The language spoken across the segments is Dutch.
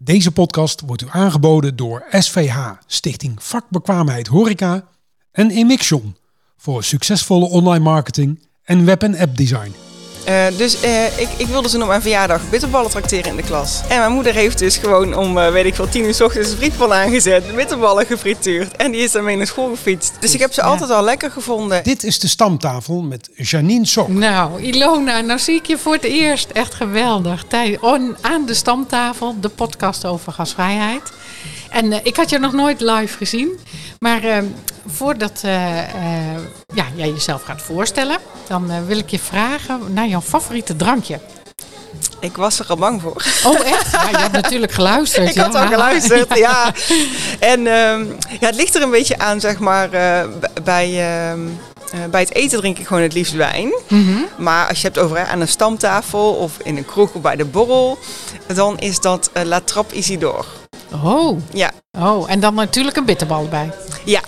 Deze podcast wordt u aangeboden door SVH, Stichting Vakbekwaamheid Horeca en Emixion voor succesvolle online marketing en web- en appdesign. Ik wilde ze op mijn verjaardag bitterballen trakteren in de klas. En mijn moeder heeft dus gewoon om, 10 uur 's ochtends een frietpan aangezet, bitterballen gefrituurd en die is daarmee naar school gefietst. Dus ik heb ze altijd al lekker gevonden. Dit is de stamtafel met Janine Sok. Nou, Ilona, nou zie ik je voor het eerst. Echt geweldig. Aan de stamtafel, de podcast over gasvrijheid. En ik had je nog nooit live gezien. Maar voordat jij jezelf gaat voorstellen, dan wil ik je vragen naar jouw favoriete drankje. Ik was er al bang voor. Oh, echt? Ja, je hebt natuurlijk geluisterd. Ik had al geluisterd, ja. En het ligt er een beetje aan, zeg maar, bij het eten drink ik gewoon het liefst wijn. Mm-hmm. Maar als je hebt over aan een stamtafel of in een kroeg of bij de borrel, dan is dat La Trappe Isidore. Oh. Ja. Oh, en dan natuurlijk een bitterbal erbij. Ja.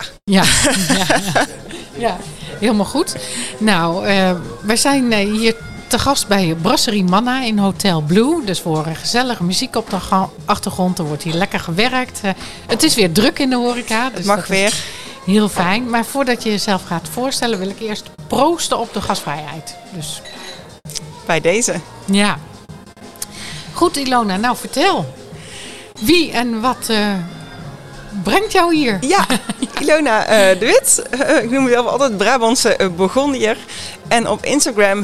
Ja, helemaal goed. Nou, wij zijn hier te gast bij Brasserie Manna in Hotel Blue. Dus voor gezellige muziek op de achtergrond. Er wordt hier lekker gewerkt. Het is weer druk in de horeca. Dus het mag weer. Heel fijn. Maar voordat je jezelf gaat voorstellen, wil ik eerst proosten op de gasvrijheid. Dus bij deze. Ja. Goed, Ilona. Nou, vertel. Wie en wat brengt jou hier? Ja, Ilona de Wit. Ik noem mezelf altijd Brabantse Bourgondier. En op Instagram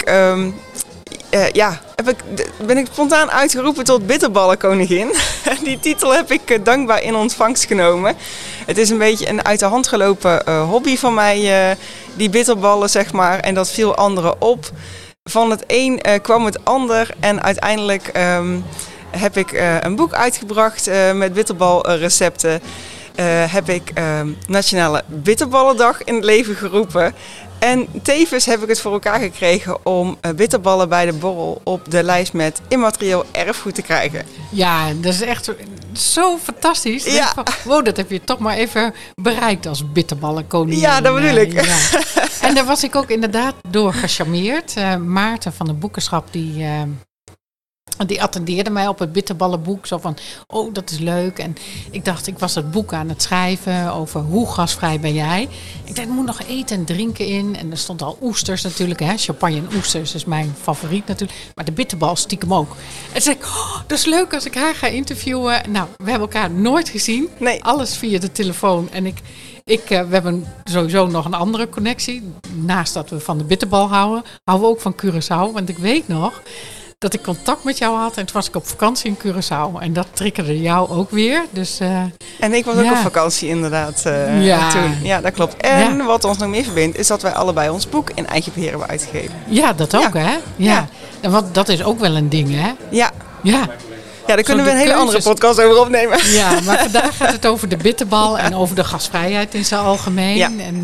ben ik spontaan uitgeroepen tot bitterballenkoningin. Die titel heb ik dankbaar in ontvangst genomen. Het is een beetje een uit de hand gelopen hobby van mij, die bitterballen, zeg maar. En dat viel anderen op. Van het een kwam het ander en uiteindelijk heb ik een boek uitgebracht met bitterbalrecepten. Heb ik Nationale Bitterballendag in het leven geroepen. En tevens heb ik het voor elkaar gekregen om bitterballen bij de borrel op de lijst met immaterieel erfgoed te krijgen. Ja, dat is echt zo fantastisch. Ja. Wow, dat heb je toch maar even bereikt als bitterballenkoningin. Ja, dat bedoel ik. Ja. En daar was ik ook inderdaad door gecharmeerd. Maarten van de Boekenschap, die attendeerde mij op het bitterballenboek. Zo van, oh, dat is leuk. En ik dacht, ik was het boek aan het schrijven over hoe gasvrij ben jij. Ik dacht, er moet nog eten en drinken in. En er stond al oesters natuurlijk. Hè? Champagne en oesters is mijn favoriet natuurlijk. Maar de bitterbal stiekem ook. En toen zei ik, dat is leuk als ik haar ga interviewen. Nou, we hebben elkaar nooit gezien. Nee. Alles via de telefoon. En we hebben sowieso nog een andere connectie. Naast dat we van de bitterbal houden we ook van Curaçao. Want ik weet nog dat ik contact met jou had en toen was ik op vakantie in Curaçao. En dat triggerde jou ook weer. Dus, en ik was ook op vakantie inderdaad toen. Ja, dat klopt. En wat ons nog meer verbindt is dat wij allebei ons boek in eigen beheer hebben uitgegeven. Ja, dat ook hè? Ja. Want dat is ook wel een ding hè? Ja. Ja, daar kunnen we een hele andere podcast over opnemen. Ja, maar vandaag gaat het over de bitterbal en over de gasvrijheid in zijn algemeen. Ja. En,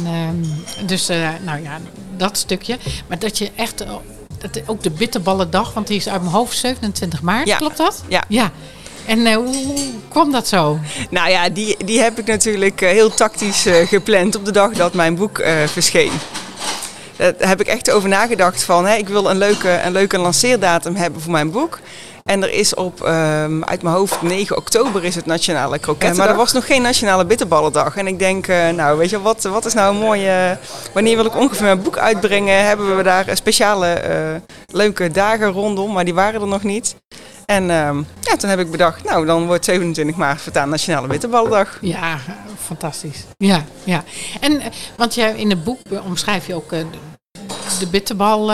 dat stukje. Maar dat je echt ook de bitterballendag, want die is uit mijn hoofd 27 maart, klopt dat? Ja. En hoe kwam dat zo? Nou ja, die heb ik natuurlijk heel tactisch gepland op de dag dat mijn boek verscheen. Daar heb ik echt over nagedacht van, ik wil een leuke lanceerdatum hebben voor mijn boek. En er is uit mijn hoofd 9 oktober is het Nationale Krokettendag. Maar er was nog geen Nationale Bitterballendag. En ik denk, weet je, wat is nou een mooie... Wanneer wil ik ongeveer mijn boek uitbrengen? Hebben we daar speciale leuke dagen rondom, maar die waren er nog niet. En toen heb ik bedacht, dan wordt 27 maart voortaan Nationale Bitterballendag. Ja, fantastisch. Ja. En, want jij in het boek omschrijf je ook de bitterbal...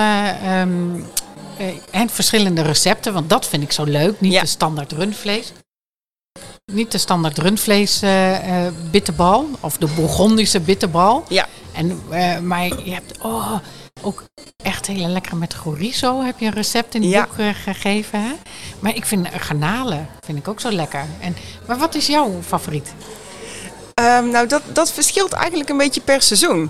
en verschillende recepten, want dat vind ik zo leuk. Niet de standaard rundvlees. Niet de standaard rundvlees bitterbal. Of de Bourgondische bitterbal. Ja. Maar je hebt ook echt hele lekkere met chorizo. Heb je een recept in het boek gegeven. Hè? Maar ik vind garnalen vind ik ook zo lekker. Maar wat is jouw favoriet? Dat verschilt eigenlijk een beetje per seizoen.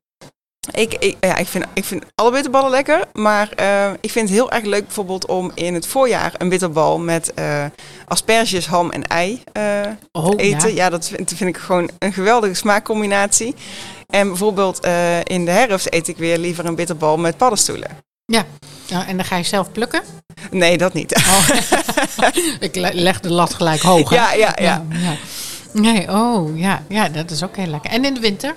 Ik vind alle bitterballen lekker, maar ik vind het heel erg leuk bijvoorbeeld om in het voorjaar een bitterbal met asperges, ham en ei eten. Ja, dat vind ik gewoon een geweldige smaakcombinatie. En bijvoorbeeld in de herfst eet ik weer liever een bitterbal met paddenstoelen. Ja. Ja, en dan ga je zelf plukken? Nee, dat niet. Oh. Ik leg de lat gelijk hoog. Hè? Ja. Nee, ja, dat is ook heel lekker. En in de winter?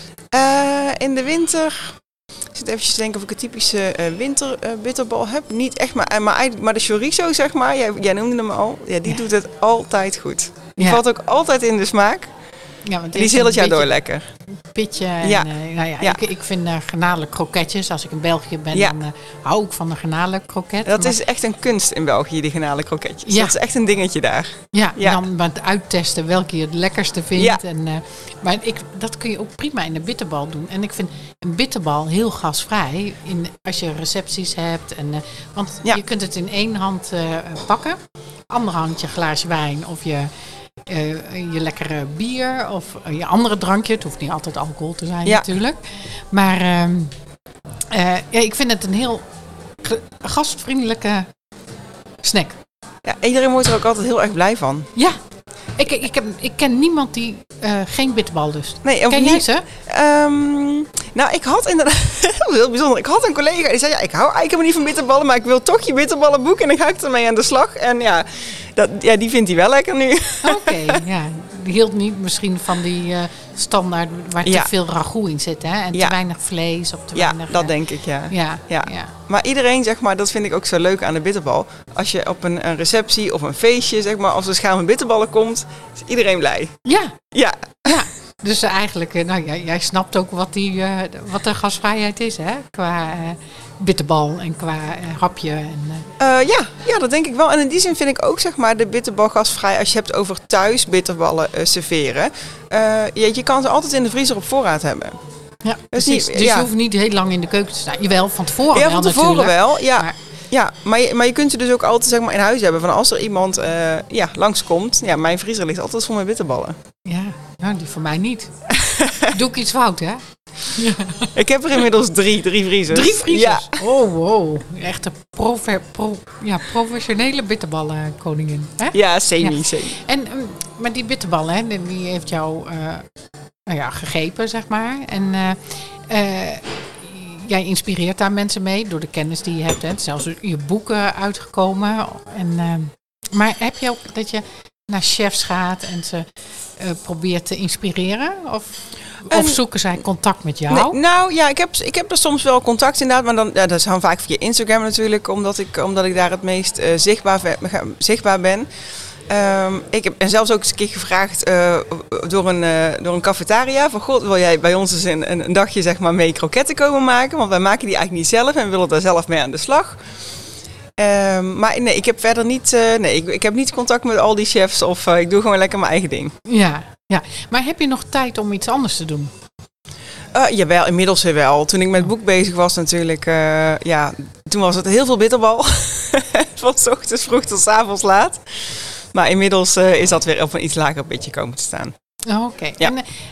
In de winter... Ik zit eventjes te denken of ik een typische winterbitterbal heb. Niet echt, maar de chorizo, zeg maar, jij noemde hem al. Ja, die doet het altijd goed. Die valt ook altijd in de smaak. Ja, want die is heel het jaar door lekker. Pitje. En, Ik vind garnalen kroketjes. Als ik in België ben, dan hou ik van de garnalen kroket. Dat is echt een kunst in België, die garnalen kroketjes. Ja. Dat is echt een dingetje daar. Ja, en dan met uittesten welke je het lekkerste vindt. Ja. Maar dat kun je ook prima in de bitterbal doen. En ik vind een bitterbal heel gasvrij als je recepties hebt. Want je kunt het in één hand pakken. Andere hand je glaasje wijn of je lekkere bier of je andere drankje. Het hoeft niet altijd alcohol te zijn natuurlijk. Maar ik vind het een heel gastvriendelijke snack. Ja, iedereen wordt er ook altijd heel erg blij van. Ja, ik ken niemand die geen bitterbal lust. Nee, ken jij ze? Nou, ik had inderdaad... dat was heel bijzonder. Ik had een collega die zei... ik hou eigenlijk helemaal niet van bitterballen... maar ik wil toch je bitterballenboek... en dan ga ik ermee aan de slag. En die vindt hij wel lekker nu. Oké, ja. Die hield niet misschien van die standaard... waar te veel ragout in zit, hè? En te weinig vlees of te weinig... Ja, dat denk ik, ja. Maar iedereen, zeg maar... dat vind ik ook zo leuk aan de bitterbal. Als je op een receptie of een feestje... zeg maar, als er schaal met bitterballen komt... is iedereen blij. Ja. Dus eigenlijk, jij snapt ook wat de gasvrijheid is, hè? Qua bitterbal en qua hapje. Ja, dat denk ik wel. En in die zin vind ik ook, zeg maar, de bitterbal gasvrij... als je hebt over thuis bitterballen serveren. Je kan ze altijd in de vriezer op voorraad hebben. Ja, dus je hoeft niet heel lang in de keuken te staan. Jawel, van tevoren wel natuurlijk. Ja, van tevoren wel, ja. Maar je kunt ze dus ook altijd, zeg maar, in huis hebben. Van als er iemand langskomt. Ja, mijn vriezer ligt altijd vol met bitterballen. Ja, nou, die voor mij niet. Doe ik iets fout, hè? Ja. Ik heb er inmiddels drie vriezers. 3 vriezers? Ja. Oh, wow. Echt een professionele bitterballenkoningin. Hè? Ja, semi. Maar die bitterballen, hè, die heeft jou gegrepen, zeg maar. En jij inspireert daar mensen mee door de kennis die je hebt. Hè. Zelfs je boeken uitgekomen. Maar heb je ook dat je naar chefs gaat en ze probeert te inspireren? Of zoeken zij contact met jou? Nee, nou ja, ik heb er soms wel contact inderdaad. Maar dan, dat is dan vaak via Instagram natuurlijk. Omdat ik daar het meest zichtbaar ben. Ik ben zelfs ook eens een keer gevraagd door een cafetaria. Van god, wil jij bij ons eens een dagje, zeg maar, mee kroketten komen maken? Want wij maken die eigenlijk niet zelf en we willen daar zelf mee aan de slag. Maar nee, ik heb verder niet... ik heb niet contact met al die chefs of ik doe gewoon lekker mijn eigen ding. Ja. Maar heb je nog tijd om iets anders te doen? Jawel, inmiddels wel. Toen ik met het boek bezig was natuurlijk, toen was het heel veel bitterbal. Van 's ochtends vroeg tot 's avonds laat. Maar inmiddels is dat weer op een iets lager pitje komen te staan. Oké. Ja.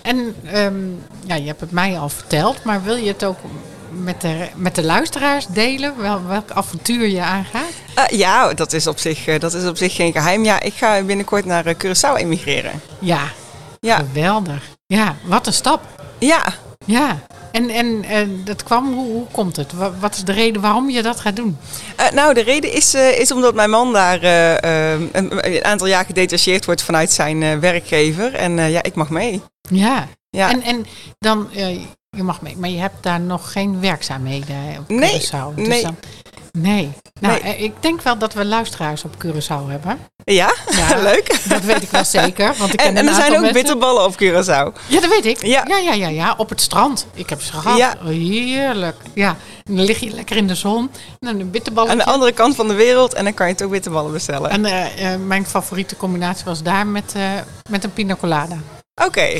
Je hebt het mij al verteld, maar wil je het ook met de luisteraars delen? Welk avontuur je aangaat? Ja, dat is op zich geen geheim. Ja, ik ga binnenkort naar Curaçao emigreren. Ja, geweldig. Ja, wat een stap. Ja. En dat kwam, hoe komt het? Wat is de reden waarom je dat gaat doen? De reden is omdat mijn man daar een aantal jaar gedetacheerd wordt vanuit zijn werkgever. En ik mag mee. Ja. En dan, je mag mee, maar je hebt daar nog geen werkzaamheden op Curaçao. Nee. Nou, ik denk wel dat we luisteraars op Curaçao hebben. Ja? Leuk. Dat weet ik wel zeker. Want ik ken en er zijn ook bitterballen op Curaçao. Ja, dat weet ik. Ja, op het strand. Ik heb ze gehad. Ja. Oh, heerlijk. Ja, en dan lig je lekker in de zon. En dan een bitterballen. Aan de andere kant van de wereld. En dan kan je toch bitterballen bestellen. En mijn favoriete combinatie was daar met een pina colada. Oké.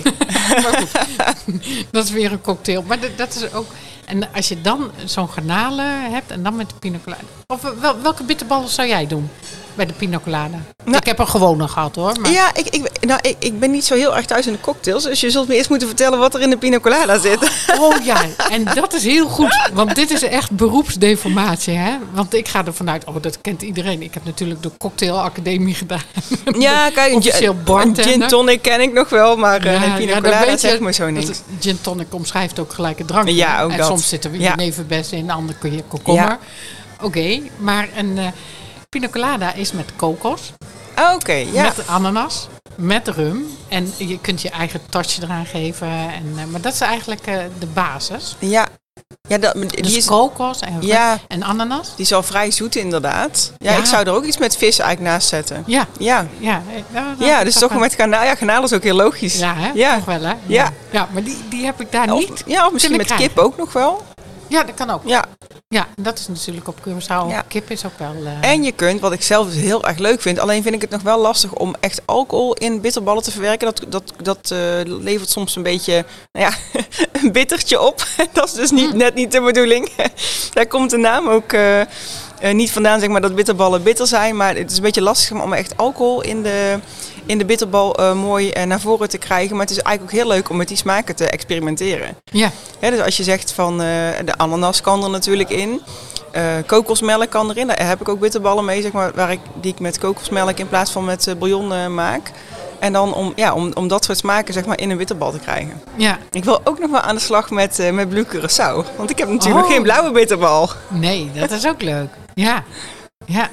Dat is weer een cocktail. Maar dat is ook... En als je dan zo'n garnalen hebt en dan met de pina colada... Of welke bitterballen zou jij doen bij de pina colada? Nou, ik heb er gewone gehad hoor. Maar... Ja, ik ben niet zo heel erg thuis in de cocktails. Dus je zult me eerst moeten vertellen wat er in de pina colada zit. Oh ja, en dat is heel goed. Want dit is echt beroepsdeformatie. Hè? Want ik ga ervan uit, dat kent iedereen. Ik heb natuurlijk de cocktailacademie gedaan. Ja, kijk, een gin tonic ken ik nog wel. Maar pina colada zegt me zo niks. Gin tonic omschrijft ook gelijk het drankje. Ja, ook en dat. Soms zit er jeneverbessen in, ander kun je komkommer. Ja. Oké, maar een pina colada is met kokos. Oké, ja. Met ananas, met rum. En je kunt je eigen touch eraan geven. Maar dat is eigenlijk de basis. Ja. Ja, dus kokos en rum en ananas. Die is al vrij zoet inderdaad. Ja, ik zou er ook iets met vis eigenlijk naast zetten. Ja, dus toch met garnalen. Ja, garnalen is ook heel logisch. Ja, hè? Toch wel hè? Ja, maar die heb ik daar niet. Ja, of misschien met kip ook nog wel. Ja, dat kan ook. Ja, dat is natuurlijk op Curaçao. Ja. Kip is ook wel... En je kunt, wat ik zelf dus heel erg leuk vind... alleen vind ik het nog wel lastig om echt alcohol in bitterballen te verwerken. Dat levert soms een beetje een bittertje op. Dat is dus net niet de bedoeling. Daar komt de naam ook niet vandaan, zeg maar, dat bitterballen bitter zijn. Maar het is een beetje lastig om echt alcohol in de bitterbal mooi naar voren te krijgen. Maar het is eigenlijk ook heel leuk om met die smaken te experimenteren. Ja. Dus als je zegt van de ananas kan er natuurlijk in. Kokosmelk kan erin. Daar heb ik ook bitterballen mee, zeg maar, die ik met kokosmelk in plaats van met bouillon maak. En dan om dat soort smaken, zeg maar, in een bitterbal te krijgen. Ja. Ik wil ook nog wel aan de slag met Blue Curaçao. Want ik heb natuurlijk geen blauwe bitterbal. Nee, dat is ook leuk. Ja. Ja,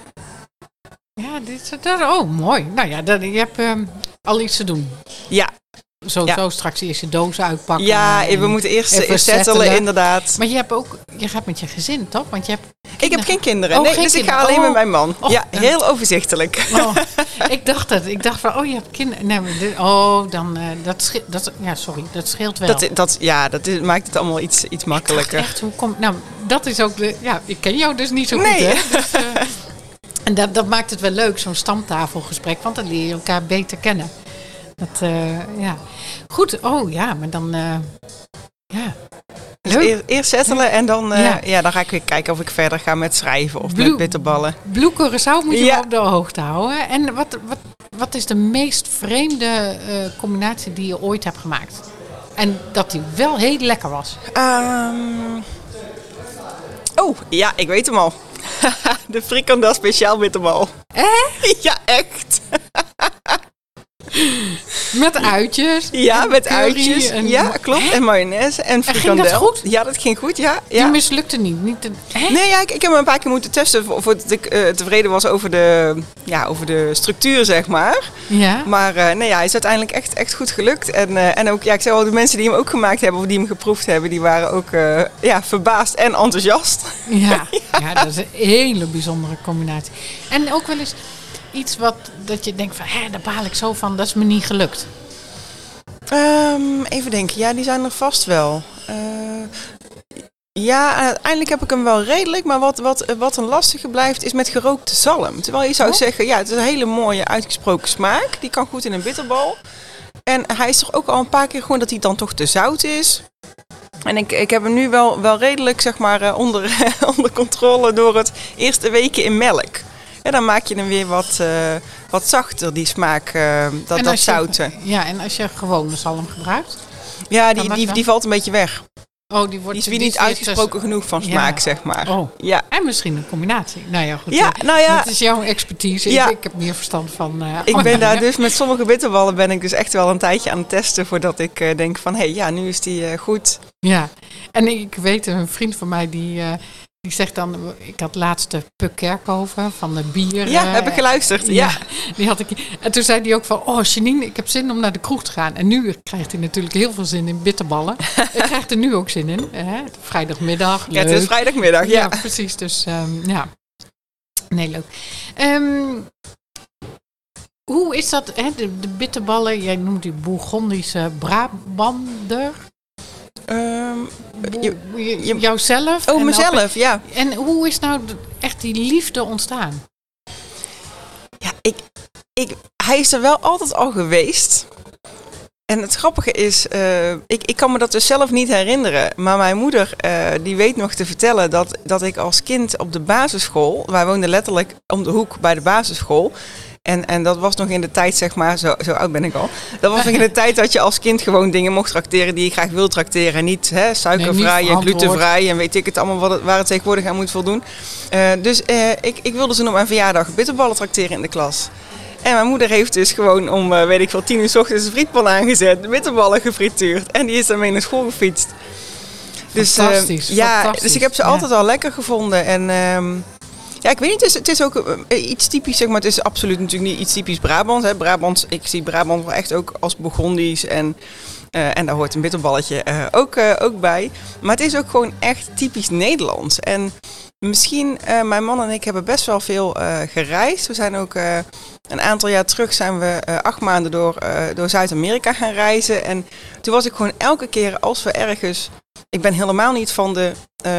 mooi. Nou ja, je hebt al iets te doen. Ja. Zo straks eerst je dozen uitpakken. Ja, we moeten eerst settelen, inderdaad. Maar je gaat met je gezin, toch? Want je hebt ik heb geen kinderen. Nee, dus ik ga alleen met mijn man. Heel overzichtelijk. Ik dacht het. Ik dacht van, je hebt kinderen. Nee, dat scheelt wel. Dat maakt het allemaal iets makkelijker. Echt, hoe komt... Nou, dat is ook ik ken jou dus niet zo goed, hè? Dus, en dat maakt het wel leuk, zo'n stamtafelgesprek. Want dan leer je elkaar beter kennen. Goed, maar dan... Dus eerst settelen en dan ga ik weer kijken of ik verder ga met schrijven of met bitterballen. Blue Curaçao moet je op de hoogte houden. En wat is de meest vreemde combinatie die je ooit hebt gemaakt? En dat die wel heel lekker was. Ik weet hem al. De frikandel speciaal bitterbal. Echt? Ja, echt. Met uitjes. Ja, met uitjes. Klopt. En mayonaise en frikandel. Ging dat goed? Ja, dat ging goed, ja. Die mislukte niet? Nee, ik heb hem een paar keer moeten testen voordat ik tevreden was over de structuur, zeg maar. Ja. Maar hij is uiteindelijk echt goed gelukt. En ook, ik zei al, de mensen die hem ook gemaakt hebben of die hem geproefd hebben, die waren ook verbaasd en enthousiast. Ja, dat is een hele bijzondere combinatie. En ook wel eens... Iets dat je denkt van, daar baal ik zo van, dat is me niet gelukt. Even denken, ja, die zijn er vast wel. Uiteindelijk heb ik hem wel redelijk, maar wat een lastige blijft is met gerookte zalm. Terwijl je zou zeggen, het is een hele mooie uitgesproken smaak. Die kan goed in een bitterbal. En hij is toch ook al een paar keer gewoon dat hij dan toch te zout is. En ik heb hem nu wel redelijk, zeg maar, onder controle door het eerste weken in melk. Ja, dan maak je hem weer wat zachter, die smaak, dat zouten. Ja, en als je gewone zalm gebruikt? Ja, die valt een beetje weg. Die is weer niet uitgesproken genoeg van smaak, zeg maar. Ja. En misschien een combinatie. Nou ja, goed. Dat is jouw expertise. Ja. Ik heb meer verstand van... ik ben daar dus met sommige bitterballen ben ik dus echt wel een tijdje aan het testen voordat ik denk van, nu is die goed. Ja, en ik weet, een vriend van mij die zegt dan, ik had laatst de Puk Kerkhoven van de bier. Ja, heb ik geluisterd. Ja. Die had ik. En toen zei hij ook van, Janine, ik heb zin om naar de kroeg te gaan. En nu krijgt hij natuurlijk heel veel zin in bitterballen. Hij krijgt er nu ook zin in. Vrijdagmiddag. Leuk. Ja, het is vrijdagmiddag, ja. Ja, precies. Dus nee, leuk. Hoe is dat, de bitterballen? Jij noemt die Bourgondische Brabander. Jouzelf? Mezelf, ja. En hoe is nou echt die liefde ontstaan? Ja, hij is er wel altijd al geweest. En het grappige is, ik kan me dat dus zelf niet herinneren. Maar mijn moeder, die weet nog te vertellen dat ik als kind op de basisschool... Wij woonden letterlijk om de hoek bij de basisschool. En dat was nog in de tijd, zeg maar, zo oud ben ik al. Dat was nog in de tijd dat je als kind gewoon dingen mocht trakteren die je graag wil trakteren. En niet suikervrij en glutenvrij en weet ik het allemaal waar het tegenwoordig aan moet voldoen. Dus ik wilde toen op mijn verjaardag bitterballen trakteren in de klas. En mijn moeder heeft dus gewoon om, 10 uur 's ochtends een frietpan aangezet, de bitterballen gefrituurd. En die is daarmee naar school gefietst. Dus, fantastisch. Dus ik heb ze altijd al lekker gevonden. En ik weet niet, het is ook iets typisch, zeg maar. Het is absoluut natuurlijk niet iets typisch Brabants. Hè. Ik zie Brabant wel echt ook als Bourgondisch en daar hoort een bitterballetje ook bij. Maar het is ook gewoon echt typisch Nederlands. En misschien, mijn man en ik hebben best wel veel gereisd. We zijn ook een aantal jaar terug zijn we 8 maanden door Zuid-Amerika gaan reizen. En toen was ik gewoon elke keer als we ergens... Ik ben helemaal niet van de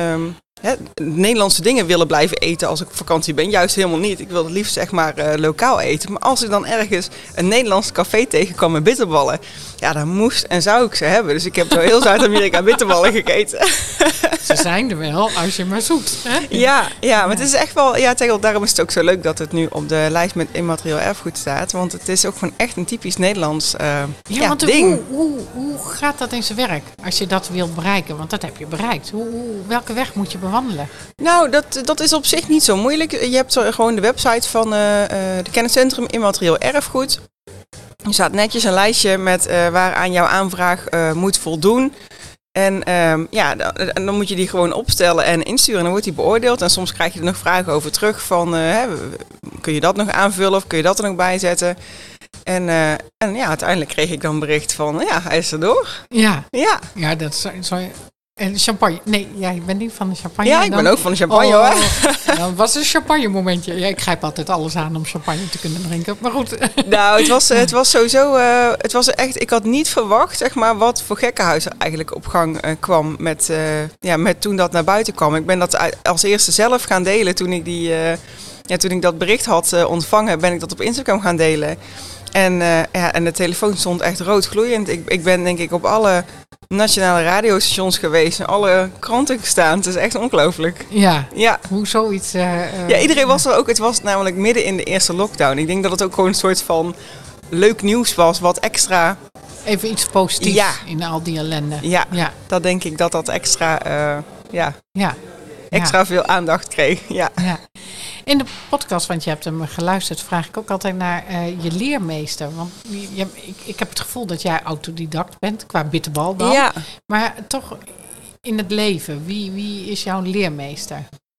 Nederlandse dingen willen blijven eten als ik op vakantie ben. Juist helemaal niet. Ik wil het liefst zeg maar lokaal eten. Maar als ik dan ergens een Nederlands café tegenkwam met bitterballen, ja, dan moest en zou ik ze hebben. Dus ik heb door heel Zuid-Amerika bitterballen gegeten. Ze zijn er wel, als je maar zoekt. Hè? Ja, maar het is echt wel... Ja, daarom is het ook zo leuk dat het nu op de lijst met immaterieel erfgoed staat. Want het is ook gewoon echt een typisch Nederlands ding. Hoe gaat dat in zijn werk als je dat wilt bereiken? Want dat heb je bereikt. Welke weg moet je bewandelen? Nou, dat is op zich niet zo moeilijk. Je hebt gewoon de website van de Kenniscentrum Immaterieel Erfgoed. Er staat netjes een lijstje met waaraan jouw aanvraag moet voldoen. En dan moet je die gewoon opstellen en insturen. En dan wordt die beoordeeld. En soms krijg je er nog vragen over terug van... kun je dat nog aanvullen of kun je dat er nog bij zetten? En uiteindelijk kreeg ik dan bericht van... hij is er door. Ja, dat zou je... En champagne. Nee, jij bent niet van de champagne. Ja, ik ben ook van de champagne hoor. Dan was een champagne momentje. Ja, ik grijp altijd alles aan om champagne te kunnen drinken. Maar goed. Nou, het was sowieso... het was echt... Ik had niet verwacht, zeg maar, wat voor gekkenhuis er eigenlijk op gang kwam met toen dat naar buiten kwam. Ik ben dat als eerste zelf gaan delen. Toen ik dat bericht had ontvangen, ben ik dat op Instagram gaan delen. En de telefoon stond echt rood gloeiend. Ik ben denk ik op alle nationale radiostations geweest en alle kranten gestaan. Het is echt ongelooflijk. Ja. Hoe zoiets... iedereen was er ook. Het was namelijk midden in de eerste lockdown. Ik denk dat het ook gewoon een soort van leuk nieuws was, wat extra... Even iets positiefs in al die ellende. Ja, dat denk ik dat extra... extra veel aandacht kreeg. Ja. In de podcast, want je hebt hem geluisterd, vraag ik ook altijd naar je leermeester. Want ik heb het gevoel dat jij autodidact bent, qua bitterbal dan. Ja. Maar toch in het leven, wie is jouw leermeester?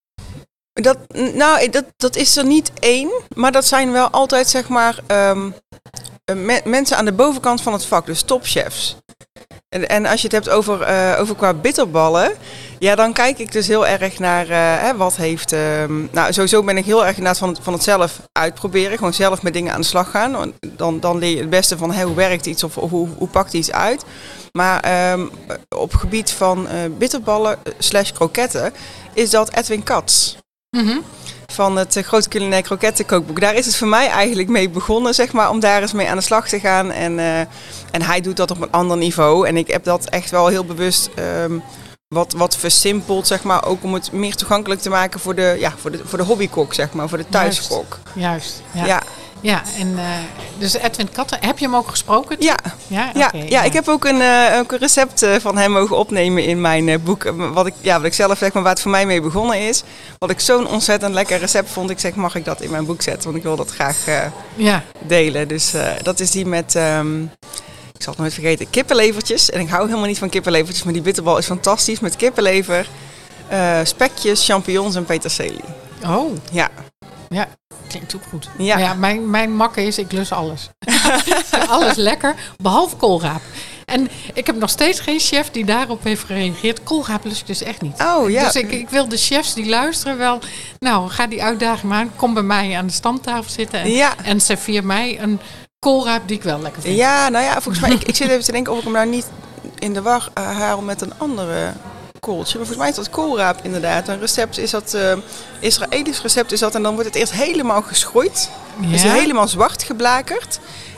Dat is er niet één, maar dat zijn wel altijd, zeg maar, mensen aan de bovenkant van het vak, dus topchefs. En als je het hebt over qua bitterballen, ja, dan kijk ik dus heel erg naar wat heeft... sowieso ben ik heel erg inderdaad van het zelf uitproberen. Gewoon zelf met dingen aan de slag gaan. Dan leer je het beste van hoe werkt iets of hoe pakt iets uit. Maar op het gebied van bitterballen / kroketten is dat Edwin Katz. Mm-hmm. Van het grote culinair krokettenkookboek. Daar is het voor mij eigenlijk mee begonnen, zeg maar, om daar eens mee aan de slag te gaan. En hij doet dat op een ander niveau. En ik heb dat echt wel heel bewust wat versimpeld, zeg maar, ook om het meer toegankelijk te maken voor de hobbykok, zeg maar, voor de thuiskok. Juist. Ja, en dus Edwin Katten, heb je hem ook gesproken? Ja, ik heb ook een recept van hem mogen opnemen in mijn boek. Wat ik zelf zeg maar, waar het voor mij mee begonnen is. Wat ik zo'n ontzettend lekker recept vond. Ik zeg, mag ik dat in mijn boek zetten? Want ik wil dat graag delen. Dus dat is die met... ik zal het nooit vergeten, kippenlevertjes. En ik hou helemaal niet van kippenlevertjes, maar die bitterbal is fantastisch met kippenlever, spekjes, champignons en peterselie. Oh. Ja, klinkt ook goed. Ja. Maar ja, mijn makke is, ik lus alles. Alles lekker, behalve koolraap. En ik heb nog steeds geen chef die daarop heeft gereageerd. Koolraap lust ik dus echt niet. Oh ja. Dus ik wil de chefs die luisteren wel... Nou, ga die uitdaging maar aan. Kom bij mij aan de stamtafel zitten en serveer mij een koolraap die ik wel lekker vind. Ja, nou ja, volgens mij... ik zit even te denken of ik hem nou niet in de war haal met een andere... kooltje. Maar volgens mij is dat koolraap inderdaad. Een recept is dat, Israëlisch recept is dat. En dan wordt het eerst helemaal geschroeid. Ja. Dus helemaal zwart geblakerd.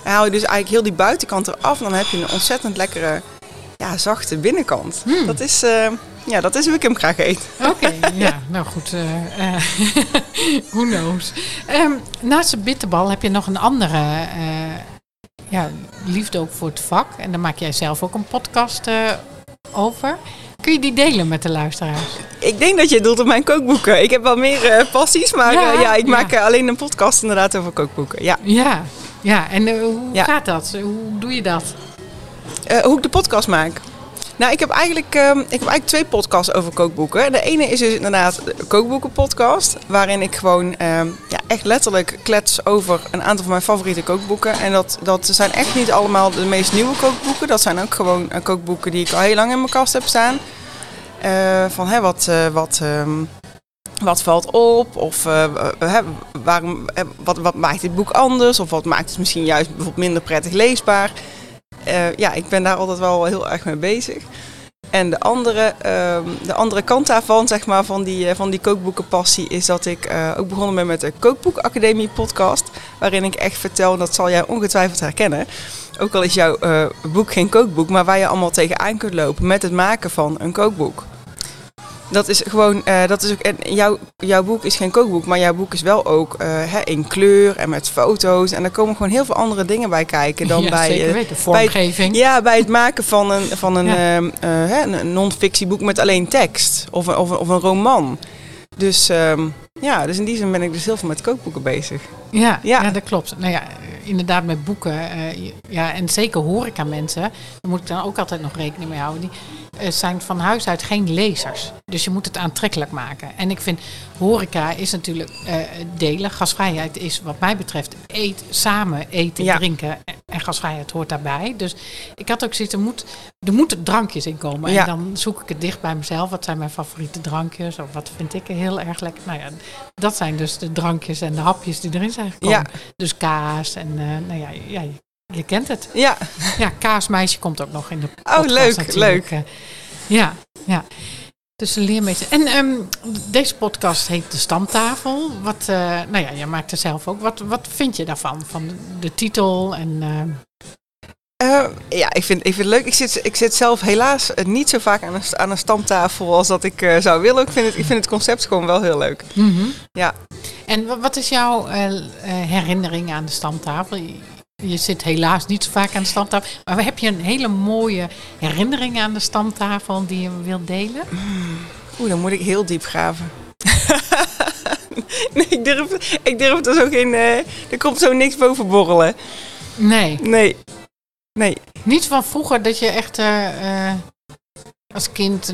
haal je dus eigenlijk heel die buitenkant eraf. En dan heb je een ontzettend lekkere, zachte binnenkant. Dat is hoe ik hem graag eet. Oké, ja, nou goed. Who knows. Naast de bitterbal heb je nog een andere liefde ook voor het vak. En daar maak jij zelf ook een podcast over. Kun je die delen met de luisteraars? Ik denk dat je doelt op mijn kookboeken. Ik heb wel meer passies, maar ik maak alleen een podcast inderdaad over kookboeken. Ja. En hoe gaat dat? Hoe doe je dat? Hoe ik de podcast maak? Nou, ik heb eigenlijk 2 podcasts over kookboeken. De ene is dus inderdaad de kookboekenpodcast, waarin ik gewoon echt letterlijk klets over een aantal van mijn favoriete kookboeken. En dat zijn echt niet allemaal de meest nieuwe kookboeken. Dat zijn ook gewoon kookboeken die ik al heel lang in mijn kast heb staan. Wat valt op? Of wat maakt dit boek anders? Of wat maakt het misschien juist bijvoorbeeld minder prettig leesbaar? Ik ben daar altijd wel heel erg mee bezig. En de andere kant daarvan, zeg maar, van die kookboekenpassie, is dat ik ook begonnen ben met de Kookboekacademie podcast. Waarin ik echt vertel, en dat zal jij ongetwijfeld herkennen. Ook al is jouw boek geen kookboek, maar waar je allemaal tegenaan kunt lopen met het maken van een kookboek. Dat is gewoon, jouw boek is geen kookboek, maar jouw boek is wel ook in kleur en met foto's. En er komen gewoon heel veel andere dingen bij kijken dan bij vormgeving. Bij het maken van een non-fictieboek met alleen tekst of een roman. Dus in die zin ben ik dus heel veel met kookboeken bezig. Ja, dat klopt. Nou ja, inderdaad met boeken. En zeker horeca-mensen, daar moet ik dan ook altijd nog rekening mee houden. Die zijn van huis uit geen lezers. Dus je moet het aantrekkelijk maken. En ik vind, horeca is natuurlijk delen. Gasvrijheid is wat mij betreft samen eten, drinken. En gasvrijheid hoort daarbij. Dus ik had ook zoiets, er moeten drankjes in komen. En dan zoek ik het dicht bij mezelf. Wat zijn mijn favoriete drankjes? Of wat vind ik heel erg lekker? Nou ja, dat zijn dus de drankjes en de hapjes die erin zijn gekomen. Ja. Dus kaas en je kent het. Ja, kaasmeisje komt ook nog in de podcast. Oh, leuk, natuurlijk. Leuk. Ja. Dus een leermeester. En deze podcast heet De Stamtafel. Jij maakt er zelf ook. Wat vind je daarvan? Van de titel en... ik vind het leuk. Ik zit zelf helaas niet zo vaak aan een stamtafel als dat ik zou willen. Ik vind het concept gewoon wel heel leuk. Mm-hmm. Ja. En wat is jouw herinnering aan de stamtafel? Je zit helaas niet zo vaak aan de stamtafel. Maar heb je een hele mooie herinnering aan de stamtafel die je wilt delen? Dan moet ik heel diep graven. Nee, ik durf er zo geen... er komt zo niks boven borrelen. Nee. Niet van vroeger dat je echt als kind...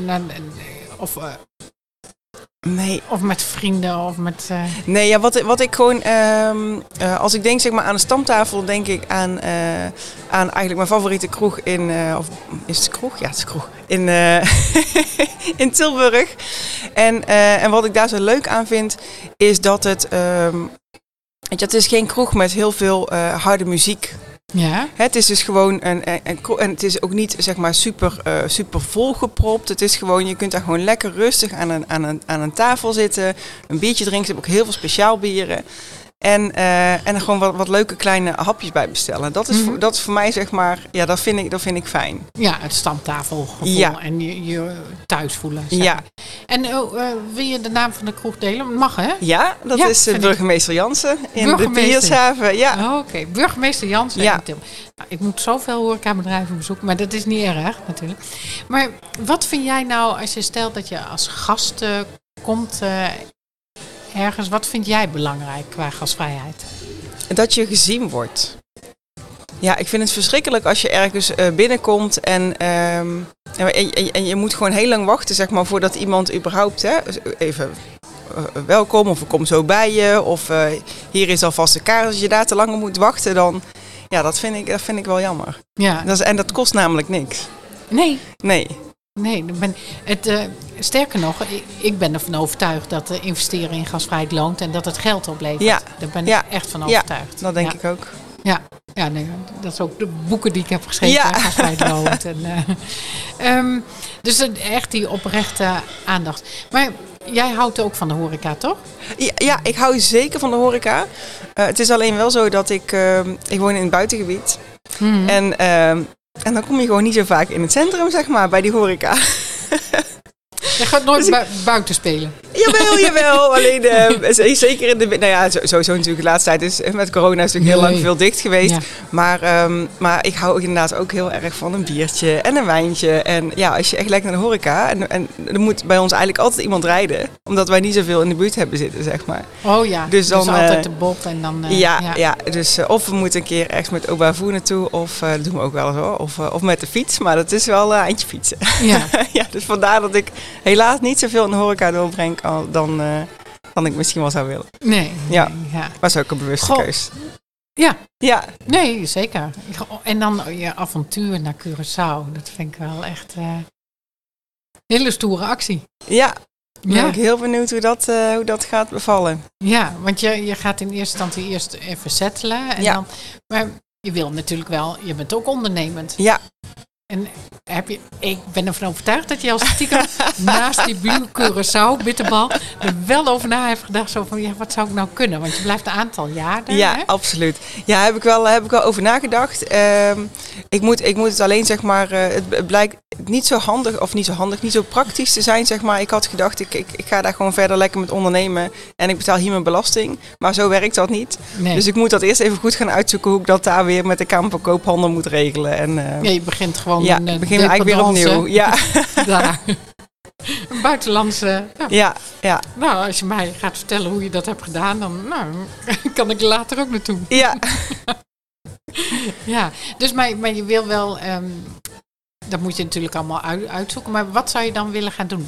Nee. Of met vrienden of met... Nee, wat ik gewoon... als ik denk zeg maar aan een stamtafel, denk ik aan eigenlijk mijn favoriete kroeg in... of is het kroeg? Ja, het is kroeg. In Tilburg. En wat ik daar zo leuk aan vind, is dat het... het is geen kroeg met heel veel harde muziek. Ja. Het is dus gewoon en het is ook niet zeg maar super volgepropt. Het is gewoon, je kunt daar gewoon lekker rustig aan een tafel zitten, een biertje drinken. Ze hebben ook heel veel speciaal bieren. En er gewoon wat leuke kleine hapjes bij bestellen. Dat is voor mij zeg maar, ja, dat vind ik fijn. Ja, het stamtafelgevoel en je thuis voelen. Zeg. Ja. En wil je de naam van de kroeg delen? Mag hè? Ja, dat is burgemeester Jansen in de Piershaven. Ja. Oké, burgemeester Jansen in Tilburg. Nou, ik moet zoveel horecabedrijven bezoeken, maar dat is niet erg natuurlijk. Maar wat vind jij nou als je stelt dat je als gast komt... ergens, wat vind jij belangrijk qua gasvrijheid? Dat je gezien wordt. Ja, ik vind het verschrikkelijk als je ergens binnenkomt en je moet gewoon heel lang wachten, zeg maar, voordat iemand überhaupt even welkom of ik kom zo bij je of hier is alvast de kaart. Als je daar te lang moet wachten, dan dat vind ik wel jammer. Ja. En dat kost namelijk niks. Nee, sterker nog, ik ben ervan overtuigd dat investeren in gasvrijheid loont en dat het geld oplevert. Ja. Daar ben ik echt van overtuigd. Dat denk ik ook. Ja, dat is ook de boeken die ik heb geschreven, gasvrijheid loont. Dus echt die oprechte aandacht. Maar jij houdt ook van de horeca, toch? Ja, ik hou zeker van de horeca. Het is alleen wel zo dat ik woon in het buitengebied. En dan kom je gewoon niet zo vaak in het centrum, zeg maar, bij die horeca. Je gaat nooit buiten spelen? Jawel. Alleen zeker in de... Nou ja, sowieso natuurlijk de laatste tijd is met corona is natuurlijk heel lang veel dicht geweest. Ja. Maar ik hou inderdaad ook heel erg van een biertje en een wijntje. En ja, als je echt lekker naar de horeca... En er moet bij ons eigenlijk altijd iemand rijden. Omdat wij niet zoveel in de buurt hebben zitten, zeg maar. Oh ja, dus dan altijd de bob en dan... Ja, dus of we moeten een keer ergens met opa voer naartoe. Of dat doen we ook wel eens hoor. Of met de fiets. Maar dat is wel een eindje fietsen. Ja. Ja, dus vandaar dat ik helaas niet zoveel in de horeca doorbreng dan ik misschien wel zou willen. Nee. Ja, was ook een bewuste keus. Ja. Nee, zeker. En dan je avontuur naar Curaçao. Dat vind ik wel echt een hele stoere actie. Ja. Ben ik heel benieuwd hoe dat gaat bevallen. Ja, want je gaat in eerste instantie eerst even settelen. En dan, maar je wil natuurlijk wel, je bent ook ondernemend. Ja. En ik ben ervan overtuigd dat je als stiekem naast die Curaçao bitterbal er wel over na heeft gedacht. Zo van, wat zou ik nou kunnen? Want je blijft een aantal jaar daar. Ja, hè? Absoluut. Ja, heb ik wel over nagedacht. Ik moet het alleen, zeg maar, het blijkt niet zo handig, niet zo praktisch te zijn, zeg maar. Ik had gedacht, ik ga daar gewoon verder lekker met ondernemen en ik betaal hier mijn belasting. Maar zo werkt dat niet. Nee. Dus ik moet dat eerst even goed gaan uitzoeken hoe ik dat daar weer met de Kamer van Koophandel moet regelen. En, je begint gewoon beginnen we eigenlijk weer opnieuw. Ja. Daar. Een buitenlandse... Ja. Nou, als je mij gaat vertellen hoe je dat hebt gedaan, dan kan ik later ook naartoe. Ja. Ja, dus maar je wil wel... dat moet je natuurlijk allemaal uitzoeken. Maar wat zou je dan willen gaan doen?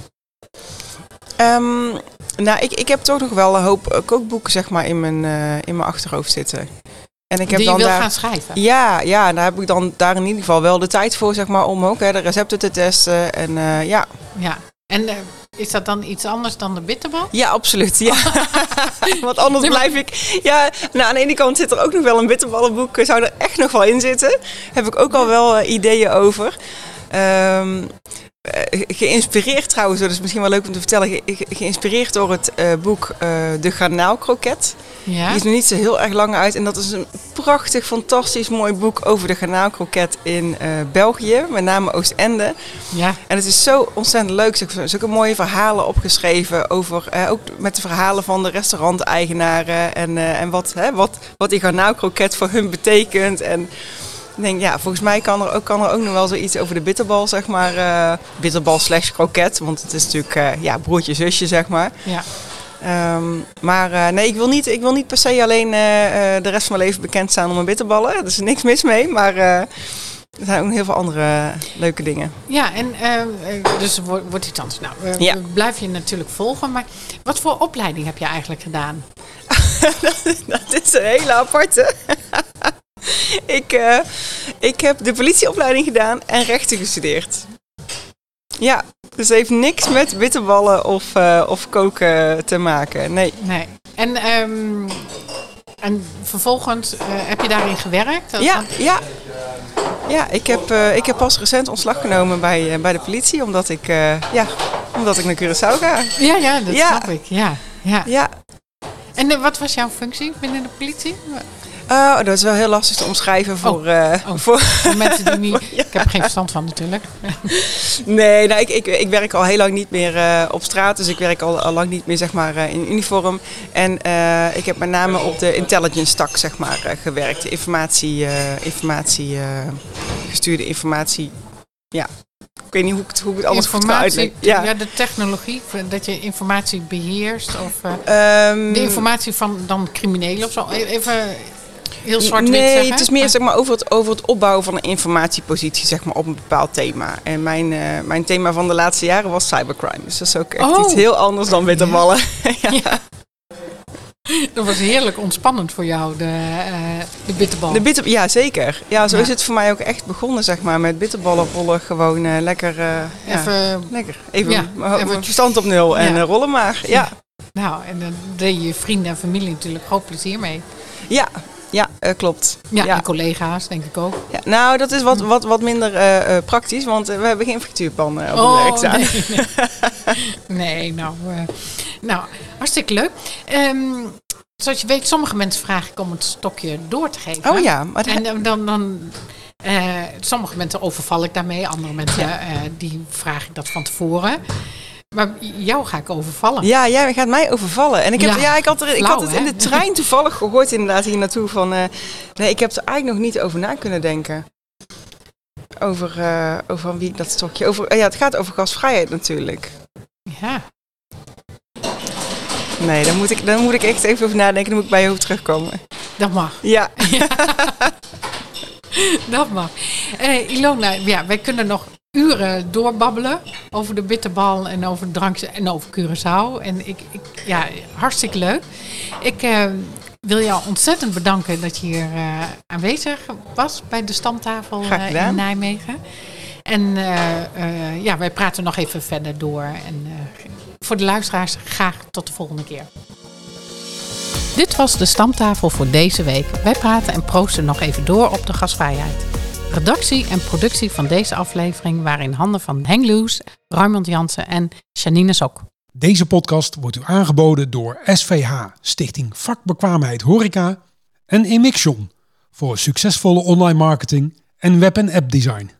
Nou, ik heb toch nog wel een hoop kookboeken, zeg maar, in mijn achterhoofd zitten. En ik heb die je dan wil daar gaan schrijven? Ja, daar heb ik dan daar in ieder geval wel de tijd voor, zeg maar, om ook de recepten te testen. En ja. Ja. En is dat dan iets anders dan de bitterbal? Ja, absoluut. Ja. Want anders blijf ik... Ja, nou, aan de ene kant zit er ook nog wel een bitterballenboek. Zou er echt nog wel in zitten. Heb ik ook al wel ideeën over. Geïnspireerd trouwens, dat is misschien wel leuk om te vertellen. Geïnspireerd door het boek De Garnaalkroket. Ja. Die is nog niet zo heel erg lang uit. En dat is een prachtig, fantastisch mooi boek over de garnaalkroket in België. Met name Oostende. Ja. En het is zo ontzettend leuk. Zulke mooie verhalen opgeschreven over, ook met de verhalen van de restauranteigenaren. En wat die garnaalkroket voor hun betekent. En ik denk, volgens mij kan er ook nog wel zoiets over de bitterbal, zeg maar. Bitterbal / kroket, want het is natuurlijk broertje, zusje, zeg maar. Ja. Maar nee, ik wil niet per se alleen de rest van mijn leven bekend staan om mijn bitterballen. Er is niks mis mee, maar er zijn ook heel veel andere leuke dingen. Ja, en dus wordt iets anders. Nou, we blijven je natuurlijk volgen, maar wat voor opleiding heb je eigenlijk gedaan? Dat is een hele aparte. Ik heb de politieopleiding gedaan en rechten gestudeerd. Ja, dus het heeft niks met bitterballen of koken te maken. Nee. En vervolgens heb je daarin gewerkt? Ja, ik heb pas recent ontslag genomen bij de politie, omdat ik naar Curaçao ga. Ja, dat snap ik. Ja. En wat was jouw functie binnen de politie? Dat is wel heel lastig te omschrijven voor mensen die niet... Ik heb er geen verstand van natuurlijk. Nee, nou, ik werk al heel lang niet meer op straat. Dus ik werk al lang niet meer, zeg maar, in uniform. En ik heb met name op de intelligence tak, zeg maar, gewerkt. Gestuurde informatie. Ja. Ik weet niet hoe ik het anders goed kan uitleggen. Ja, de technologie, dat je informatie beheerst. Of de informatie van dan criminelen of zo. Even... Heel zwart-wit zeggen? Nee, het is meer, zeg maar, over het opbouwen van een informatiepositie, zeg maar, op een bepaald thema. En mijn thema van de laatste jaren was cybercrime. Dus dat is ook echt iets heel anders dan bitterballen. Ja. Dat was heerlijk ontspannend voor jou, de bitterbal. Ja, zeker. Ja, zo is het voor mij ook echt begonnen, zeg maar, met bitterballen rollen. Gewoon lekker even mijn verstand op nul en rollen maar. Ja. Nou, en dan deed je vrienden en familie natuurlijk groot plezier mee. Ja, klopt. Ja, en collega's denk ik ook. Ja, nou, dat is wat minder praktisch, want we hebben geen frituurpan op het werk staan. Nee, nou, hartstikke leuk. Zoals je weet, sommige mensen vraag ik om het stokje door te geven. Oh ja. Maar en dan sommige mensen overval ik daarmee. Andere mensen die vraag ik dat van tevoren. Maar jou ga ik overvallen. Ja, jij gaat mij overvallen. En ik had het in de trein toevallig gehoord inderdaad hier naartoe van... nee, ik heb er eigenlijk nog niet over na kunnen denken. Over wie ik dat stokje... het gaat over gasvrijheid natuurlijk. Ja. Nee, dan moet ik echt even over nadenken. Dan moet ik bij je hoofd terugkomen. Dat mag. Ja. Dat mag. Ilona, wij kunnen nog uren doorbabbelen over de bitterbal en over drankjes en over Curaçao. En hartstikke leuk. Ik wil jou ontzettend bedanken dat je hier aanwezig was bij de stamtafel in Nijmegen. En wij praten nog even verder door. En voor de luisteraars graag tot de volgende keer. Dit was de stamtafel voor deze week. Wij praten en proosten nog even door op de gasvrijheid. Redactie en productie van deze aflevering waren in handen van Henk Loes, Raymond Jansen en Janine Sok. Deze podcast wordt u aangeboden door SVH, Stichting Vakbekwaamheid Horeca en Emixion voor succesvolle online marketing en web- en appdesign.